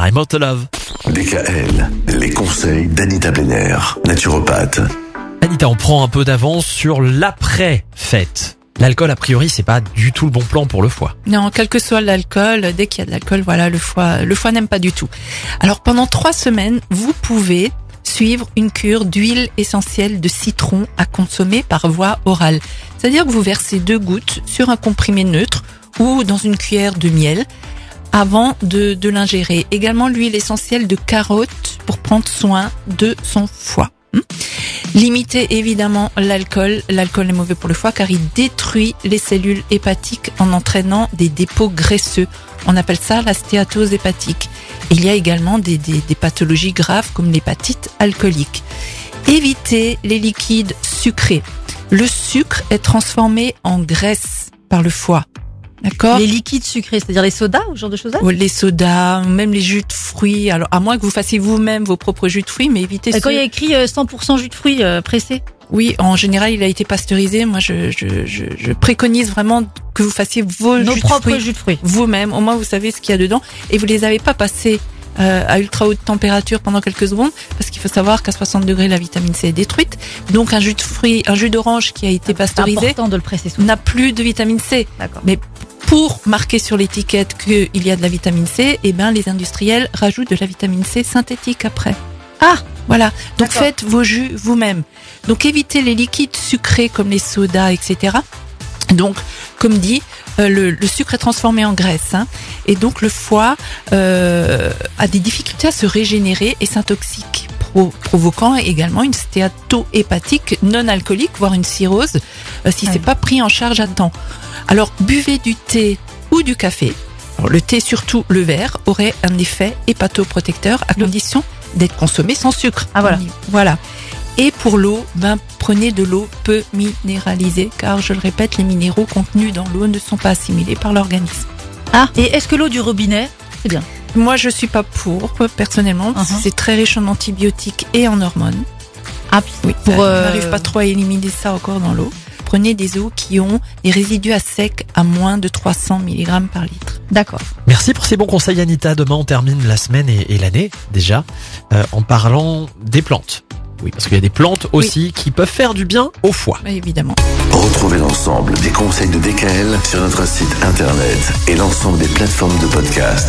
I'm Out of Love. DKL, les conseils d'Anita Benner, naturopathe. Anita, on prend un peu d'avance sur l'après-fête. L'alcool, a priori, c'est pas du tout le bon plan pour le foie. Non, quel que soit l'alcool, dès qu'il y a de l'alcool, voilà, le foie n'aime pas du tout. Alors pendant 3 semaines, vous pouvez suivre une cure d'huile essentielle de citron à consommer par voie orale. C'est-à-dire que vous versez 2 gouttes sur un comprimé neutre ou dans une cuillère de miel avant de l'ingérer. Également l'huile essentielle de carotte pour prendre soin de son foie. Limitez évidemment l'alcool. L'alcool est mauvais pour le foie car il détruit les cellules hépatiques en entraînant des dépôts graisseux. On appelle ça la stéatose hépatique. Il y a également des pathologies graves comme l'hépatite alcoolique. Évitez les liquides sucrés. Le sucre est transformé en graisse par le foie. D'accord. Les liquides sucrés, c'est-à-dire les sodas ou ce genre de choses-là? Les sodas, même les jus de fruits. Alors, à moins que vous fassiez vous-même vos propres jus de fruits, mais évitez Quand il y a écrit 100% jus de fruits pressé. Oui, en général, il a été pasteurisé. Moi, je préconise vraiment que vous fassiez vos propres jus de fruits vous-même. Au moins, vous savez ce qu'il y a dedans et vous les avez pas passés à ultra haute température pendant quelques secondes, parce qu'il faut savoir qu'à 60 degrés, la vitamine C est détruite. Donc, un jus de fruits, un jus d'orange qui a été pasteurisé, c'est important de le presser souvent, n'a plus de vitamine C. D'accord. Mais pour marquer sur l'étiquette qu'il y a de la vitamine C, eh ben, les industriels rajoutent de la vitamine C synthétique après. Ah! Voilà. Donc, D'accord. faites vos jus vous-même. Donc, évitez les liquides sucrés comme les sodas, etc. Donc, comme dit, le sucre est transformé en graisse, hein, et donc le foie a des difficultés à se régénérer et s'intoxique, provoquant également une stéatohépatique non alcoolique, voire une cirrhose, si c'est pas pris en charge à temps. Alors, buvez du thé ou du café. Alors, le thé, surtout le vert, aurait un effet hépatoprotecteur à condition d'être consommé sans sucre. Ah voilà. Voilà. Et pour l'eau, prenez de l'eau peu minéralisée, car je le répète, les minéraux contenus dans l'eau ne sont pas assimilés par l'organisme. Ah, et est-ce que l'eau du robinet, c'est bien? Moi, je suis pas pour, personnellement, parce que c'est très riche en antibiotiques et en hormones. Ah, oui, on n'arrive pas trop à éliminer ça encore dans l'eau. Prenez des eaux qui ont des résidus à sec à moins de 300 mg par litre. D'accord. Merci pour ces bons conseils, Anita. Demain, on termine la semaine et l'année, déjà, en parlant des plantes. Oui, parce qu'il y a des plantes aussi qui peuvent faire du bien au foie. Évidemment. Retrouvez l'ensemble des conseils de DKL sur notre site internet et l'ensemble des plateformes de podcast.